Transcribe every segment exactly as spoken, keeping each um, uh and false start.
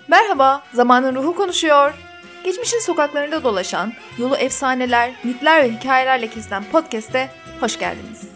Merhaba, Zamanın Ruhu konuşuyor. Geçmişin sokaklarında dolaşan, yolu efsaneler, mitler ve hikayelerle kesilen podcast'e hoş geldiniz.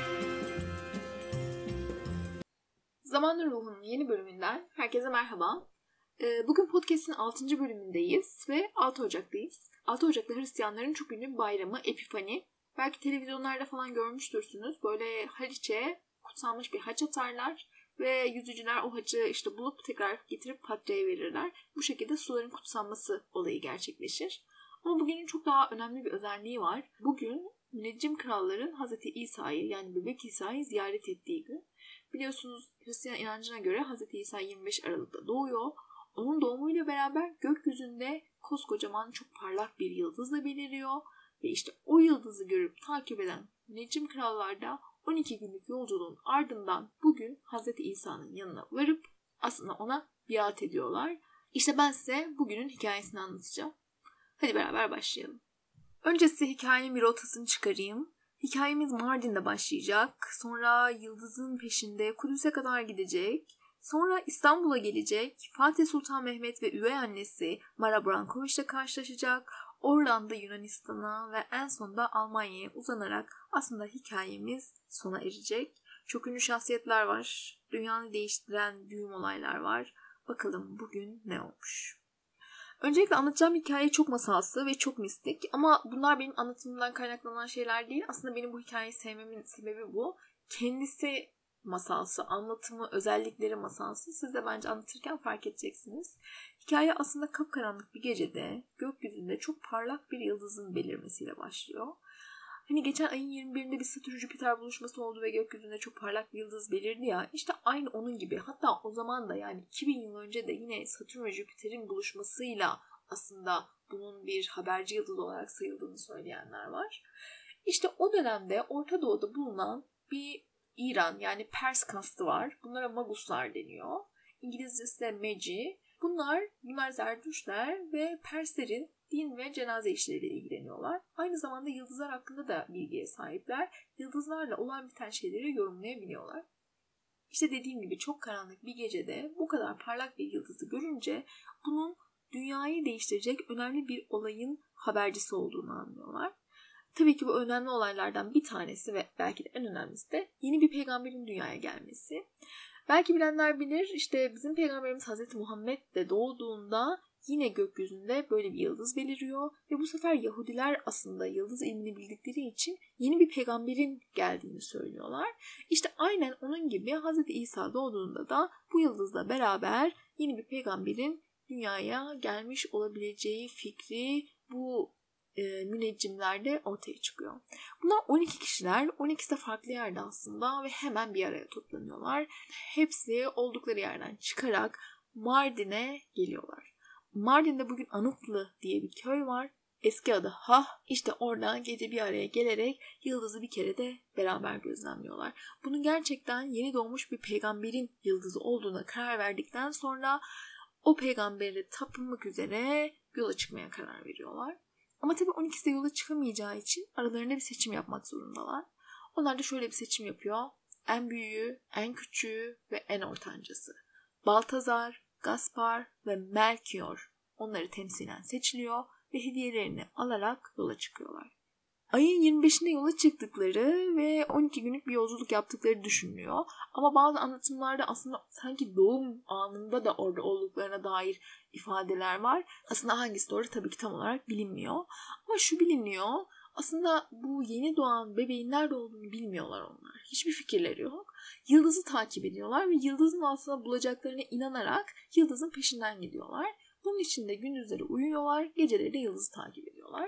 Zamanın Ruhu'nun yeni bölümünden herkese merhaba. Bugün podcast'in altıncı bölümündeyiz ve altı Ocak'tayız. altı Ocak'ta Hristiyanların çok ünlü bayramı Epifani. Belki televizyonlarda falan görmüştürsünüz. Böyle Haliç'e kutsanmış bir haç atarlar. Ve yüzücüler o hacı işte bulup tekrar getirip patriğe verirler. Bu şekilde suların kutsanması olayı gerçekleşir. Ama bugünün çok daha önemli bir özelliği var. Bugün müneccim kralların Hazreti İsa'yı yani bebek İsa'yı ziyaret ettiği gün. Biliyorsunuz Hristiyan inancına göre Hazreti İsa yirmi beş Aralık'ta doğuyor. Onun doğumuyla beraber gökyüzünde koskocaman çok parlak bir yıldızla beliriyor. Ve işte o yıldızı görüp takip eden müneccim krallar da on iki günlük yolculuğun ardından bugün Hazreti İsa'nın yanına varıp aslında ona biat ediyorlar. İşte ben size bugünün hikayesini anlatacağım. Hadi beraber başlayalım. Önce size hikayenin bir rotasını çıkarayım. Hikayemiz Mardin'de başlayacak. Sonra Yıldız'ın peşinde Kudüs'e kadar gidecek. Sonra İstanbul'a gelecek. Fatih Sultan Mehmet ve üvey annesi Mara Brankoviç'le karşılaşacak. Oradan da Yunanistan'a ve en sonunda Almanya'ya uzanarak aslında hikayemiz sona erecek. Çok ünlü şahsiyetler var. Dünyanı değiştiren düğüm olaylar var. Bakalım bugün ne olmuş? Öncelikle anlatacağım hikaye çok masalsı ve çok mistik. Ama bunlar benim anlatımımdan kaynaklanan şeyler değil. Aslında benim bu hikayeyi sevmemin sebebi bu. Kendisi masalsı, anlatımı, özellikleri masalsı. Siz de bence anlatırken fark edeceksiniz. Hikaye aslında kapkaranlık bir gecede gökyüzünde çok parlak bir yıldızın belirmesiyle başlıyor. Hani geçen ayın yirmi birinde bir Satürn-Jüpiter buluşması oldu ve gökyüzünde çok parlak bir yıldız belirdi ya. İşte aynı onun gibi. Hatta o zaman da yani iki bin yıl önce de yine Satürn ve Jüpiter'in buluşmasıyla aslında bunun bir haberci yıldız olarak sayıldığını söyleyenler var. İşte o dönemde Orta Doğu'da bulunan bir İran yani Pers kastı var. Bunlara Maguslar deniyor. İngilizcesi de Magi. Bunlar, bunlar Zerdüştler ve Perslerin din ve cenaze işleriyle ilgileniyorlar. Aynı zamanda yıldızlar hakkında da bilgiye sahipler. Yıldızlarla olan biten şeyleri yorumlayabiliyorlar. İşte dediğim gibi çok karanlık bir gecede bu kadar parlak bir yıldızı görünce bunun dünyayı değiştirecek önemli bir olayın habercisi olduğunu anlıyorlar. Tabii ki bu önemli olaylardan bir tanesi ve belki de en önemlisi de yeni bir peygamberin dünyaya gelmesi. Belki bilenler bilir işte bizim peygamberimiz Hazreti Muhammed de doğduğunda yine gökyüzünde böyle bir yıldız beliriyor. Ve bu sefer Yahudiler aslında yıldız ilmini bildikleri için yeni bir peygamberin geldiğini söylüyorlar. İşte aynen onun gibi Hazreti İsa doğduğunda da bu yıldızla beraber yeni bir peygamberin dünyaya gelmiş olabileceği fikri bu E, müneccimlerde ortaya çıkıyor. Bunlar on iki kişiler, on ikisi de farklı yerde aslında ve hemen bir araya toplanıyorlar. Hepsi oldukları yerden çıkarak Mardin'e geliyorlar. Mardin'de bugün Anıtlı diye bir köy var. Eski adı Hah. İşte oradan gece bir araya gelerek yıldızı bir kere de beraber gözlemliyorlar. Bunun gerçekten yeni doğmuş bir peygamberin yıldızı olduğuna karar verdikten sonra o peygambere tapınmak üzere yola çıkmaya karar veriyorlar. Ama tabii on ikisi de yola çıkamayacağı için aralarında bir seçim yapmak zorundalar. Onlar da şöyle bir seçim yapıyor. En büyüğü, en küçüğü ve en ortancası. Baltazar, Gaspar ve Melchior onları temsilen seçiliyor ve hediyelerini alarak yola çıkıyorlar. Ayın yirmi beşinde yola çıktıkları ve on iki günlük bir yolculuk yaptıkları düşünülüyor. Ama bazı anlatımlarda aslında sanki doğum anında da orada olduklarına dair ifadeler var. Aslında hangisi doğru tabii ki tam olarak bilinmiyor. Ama şu biliniyor. Aslında bu yeni doğan bebeğin nerede olduğunu bilmiyorlar onlar. Hiçbir fikirleri yok. Yıldızı takip ediyorlar ve yıldızın aslında bulacaklarına inanarak yıldızın peşinden gidiyorlar. Bunun için de gündüzleri uyuyorlar, geceleri de yıldızı takip ediyorlar.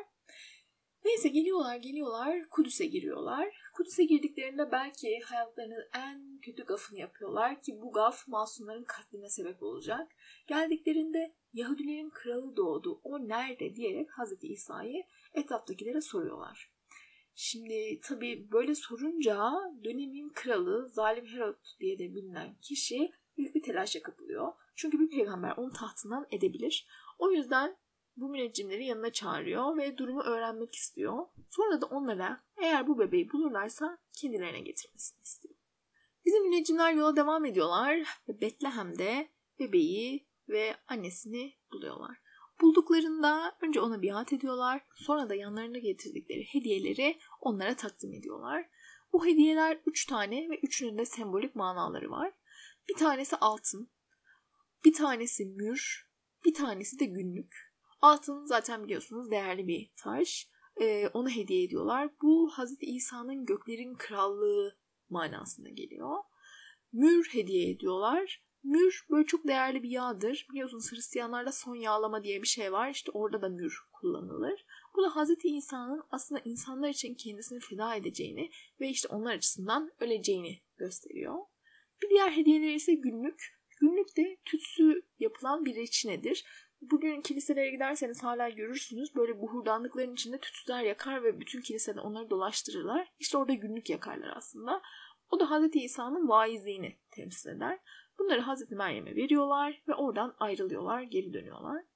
Neyse geliyorlar geliyorlar Kudüs'e giriyorlar. Kudüs'e girdiklerinde belki hayatlarının en kötü gafını yapıyorlar ki bu gaf masumların katline sebep olacak. Geldiklerinde Yahudilerin kralı doğdu, o nerede diyerek Hazreti İsa'yı etraftakilere soruyorlar. Şimdi tabii böyle sorunca dönemin kralı Zalim Herod diye de bilinen kişi büyük bir telaşa kapılıyor. Çünkü bir peygamber onu tahtından edebilir. O yüzden bu müneccimleri yanına çağırıyor ve durumu öğrenmek istiyor. Sonra da onlara eğer bu bebeği bulurlarsa kendilerine getirmesini istiyor. Bizim müneccimler yola devam ediyorlar ve Betlehem'de bebeği ve annesini buluyorlar. Bulduklarında önce ona biat ediyorlar, sonra da yanlarına getirdikleri hediyeleri onlara takdim ediyorlar. Bu hediyeler üç tane ve üçünün de sembolik manaları var. Bir tanesi altın, bir tanesi mür, bir tanesi de günlük. Altın zaten biliyorsunuz değerli bir taş. Ee, ona hediye ediyorlar. Bu Hazreti İsa'nın göklerin krallığı manasına geliyor. Mür hediye ediyorlar. Mür böyle çok değerli bir yağdır. Biliyorsunuz Hristiyanlarda son yağlama diye bir şey var. İşte orada da mür kullanılır. Bu da Hazreti İsa'nın aslında insanlar için kendisini feda edeceğini ve işte onlar açısından öleceğini gösteriyor. Bir diğer hediyeleri ise günlük. Günlük de tütsü yapılan bir reçinedir. Bugün kiliselere giderseniz hala görürsünüz. Böyle buhurdanlıkların içinde tütsüler yakar ve bütün kilisede onları dolaştırırlar. İşte orada günlük yakarlar aslında. O da Hazreti İsa'nın vaizliğini temsil eder. Bunları Hazreti Meryem'e veriyorlar ve oradan ayrılıyorlar, geri dönüyorlar.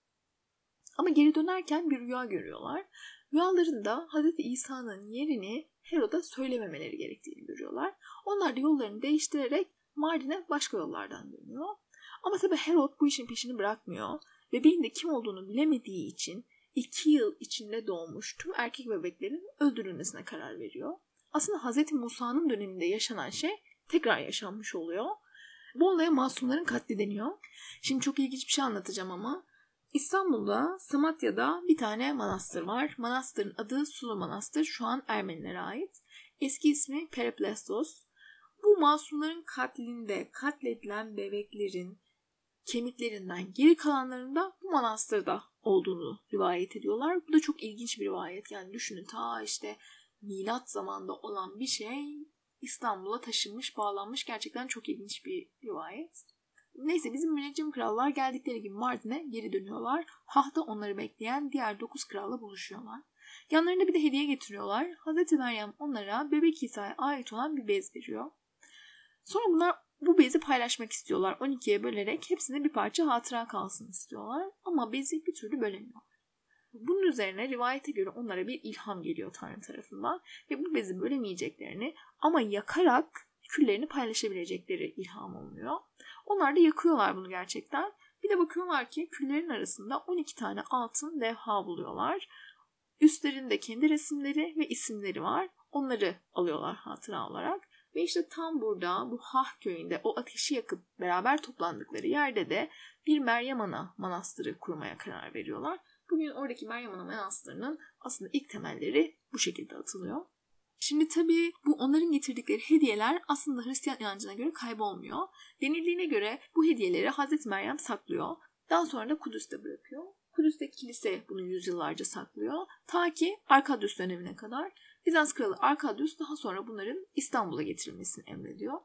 Ama geri dönerken bir rüya görüyorlar. Rüyalarında Hazreti İsa'nın yerini Herod'a söylememeleri gerektiğini görüyorlar. Onlar da yollarını değiştirerek Mardin'e başka yollardan dönüyor. Ama tabii Herod bu işin peşini bırakmıyor. Bebeğin de kim olduğunu bilemediği için iki yıl içinde doğmuş tüm erkek bebeklerin öldürülmesine karar veriyor. Aslında Hazreti Musa'nın döneminde yaşanan şey tekrar yaşanmış oluyor. Bu olaya masumların katli deniyor. Şimdi çok ilginç bir şey anlatacağım ama İstanbul'da Samatya'da bir tane manastır var. Manastırın adı Sulu Manastır. Şu an Ermenilere ait. Eski ismi Periplestos. Bu masumların katlinde katledilen bebeklerin kemiklerinden geri kalanların da bu manastırda olduğunu rivayet ediyorlar. Bu da çok ilginç bir rivayet. Yani düşünün ta işte milat zamanında olan bir şey İstanbul'a taşınmış, bağlanmış. Gerçekten çok ilginç bir rivayet. Neyse bizim müneccim krallar geldikleri gibi Mardin'e geri dönüyorlar. Hah'ta onları bekleyen diğer dokuz kralla buluşuyorlar. Yanlarında bir de hediye getiriyorlar. Hazreti Meryem onlara bebek İsa'ya ait olan bir bez veriyor. Sonra bunlar bu bezi paylaşmak istiyorlar. on ikiye bölerek hepsine bir parça hatıra kalsın istiyorlar. Ama bezi bir türlü bölemiyorlar. Bunun üzerine rivayete göre onlara bir ilham geliyor Tanrı tarafından ve bu bezi bölemeyeceklerini ama yakarak küllerini paylaşabilecekleri ilham oluyor. Onlar da yakıyorlar bunu gerçekten. Bir de bakıyorlar ki küllerin arasında on iki tane altın levha buluyorlar. Üstlerinde kendi resimleri ve isimleri var. Onları alıyorlar hatıra olarak. Ve işte tam burada bu Hah köyünde o ateşi yakıp beraber toplandıkları yerde de bir Meryem Ana manastırı kurmaya karar veriyorlar. Bugün oradaki Meryem Ana Manastırı'nın aslında ilk temelleri bu şekilde atılıyor. Şimdi tabii bu onların getirdikleri hediyeler aslında Hristiyan inancına göre kaybolmuyor. Denildiğine göre bu hediyeleri Hazreti Meryem saklıyor. Daha sonra da Kudüs'te bırakıyor. Kudüs'teki kilise bunu yüzyıllarca saklıyor. Ta ki Arkadius dönemine kadar. Bizans kralı Arkadius daha sonra bunların İstanbul'a getirilmesini emrediyor.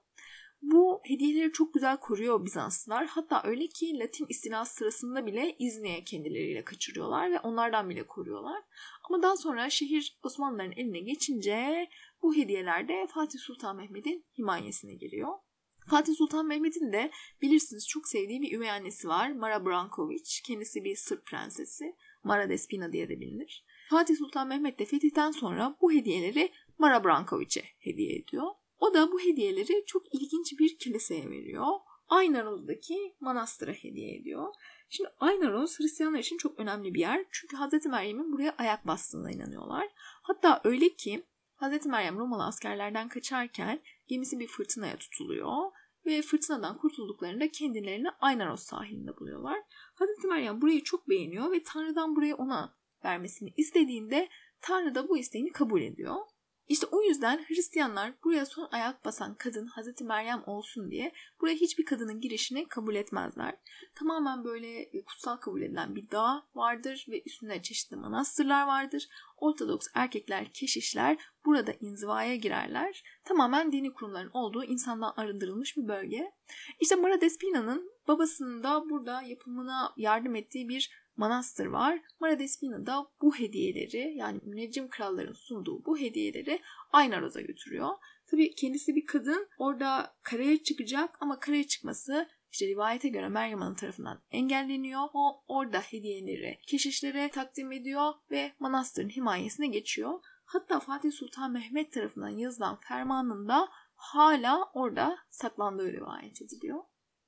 Bu hediyeleri çok güzel koruyor Bizanslılar. Hatta öyle ki Latin istilası sırasında bile İznik'e kendileriyle kaçırıyorlar ve onlardan bile koruyorlar. Ama daha sonra şehir Osmanlıların eline geçince bu hediyeler de Fatih Sultan Mehmet'in himayesine giriyor. Fatih Sultan Mehmet'in de bilirsiniz çok sevdiği bir üvey annesi var, Mara Branković. Kendisi bir Sırp prensesi, Mara Despina diye de bilinir. Fatih Sultan Mehmet de fetihten sonra bu hediyeleri Mara Branković'e hediye ediyor. O da bu hediyeleri çok ilginç bir kiliseye veriyor. Aynaroz'daki manastıra hediye ediyor. Şimdi Aynaroz Hristiyanlar için çok önemli bir yer. Çünkü Hazreti Meryem'in buraya ayak bastığına inanıyorlar. Hatta öyle ki Hazreti Meryem Romalı askerlerden kaçarken gemisi bir fırtınaya tutuluyor. Ve fırtınadan kurtulduklarında kendilerini Aynaroz sahilinde buluyorlar. Hazreti Meryem burayı çok beğeniyor ve Tanrı'dan burayı ona vermesini istediğinde Tanrı da bu isteğini kabul ediyor. İşte o yüzden Hristiyanlar buraya son ayak basan kadın Hazreti Meryem olsun diye buraya hiçbir kadının girişini kabul etmezler. Tamamen böyle kutsal kabul edilen bir dağ vardır ve üstünde çeşitli manastırlar vardır. Ortodoks erkekler, keşişler burada inzivaya girerler. Tamamen dini kurumların olduğu insandan arındırılmış bir bölge. İşte Mara Despina'nın babasının da burada yapımına yardım ettiği bir manastır var. Mara Despina da bu hediyeleri yani müneccim kralların sunduğu bu hediyeleri Aynaroz'a götürüyor. Tabii kendisi bir kadın orada karaya çıkacak ama karaya çıkması işte rivayete göre Meryem Ana tarafından engelleniyor. O orada hediyeleri keşişlere takdim ediyor ve manastırın himayesine geçiyor. Hatta Fatih Sultan Mehmet tarafından yazılan fermanında hala orada saklandığı rivayet ediliyor.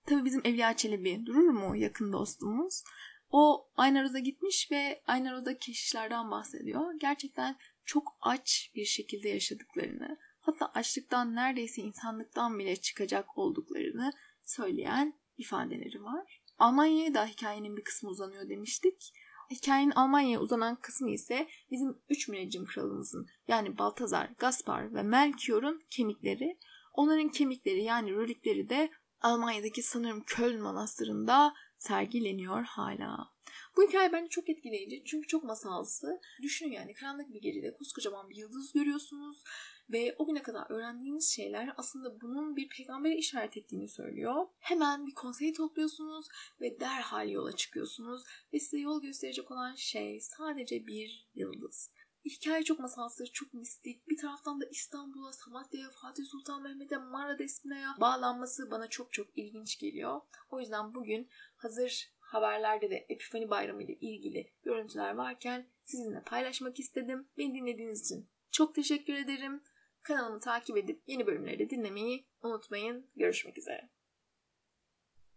Tabii bizim Evliya Çelebi durur mu, yakın dostumuz? O Aynaroz'a gitmiş ve Aynaroz'da keşişlerden bahsediyor. Gerçekten çok aç bir şekilde yaşadıklarını, hatta açlıktan neredeyse insanlıktan bile çıkacak olduklarını söyleyen ifadeleri var. Almanya'ya da hikayenin bir kısmı uzanıyor demiştik. Hikayenin Almanya'ya uzanan kısmı ise bizim üç müneccim kralımızın, yani Baltazar, Gaspar ve Melchior'un kemikleri. Onların kemikleri, yani relikleri de Almanya'daki sanırım Köln Manastırı'nda sergileniyor hala. Bu hikaye bence çok etkileyici çünkü çok masalsı. Düşünün, yani karanlık bir gecede koskocaman bir yıldız görüyorsunuz ve o güne kadar öğrendiğiniz şeyler aslında bunun bir peygambere işaret ettiğini söylüyor. Hemen bir konsey topluyorsunuz ve derhal yola çıkıyorsunuz ve size yol gösterecek olan şey sadece bir yıldız. Hikaye çok masalsı, çok mistik. Bir taraftan da İstanbul'a, Samatya'ya, Fatih Sultan Mehmet'e, Mara Despina'ya bağlanması bana çok çok ilginç geliyor. O yüzden bugün hazır haberlerde de Epifani Bayramı ile ilgili görüntüler varken sizinle paylaşmak istedim. Beni dinlediğiniz için çok teşekkür ederim. Kanalımı takip edip yeni bölümleri de dinlemeyi unutmayın. Görüşmek üzere.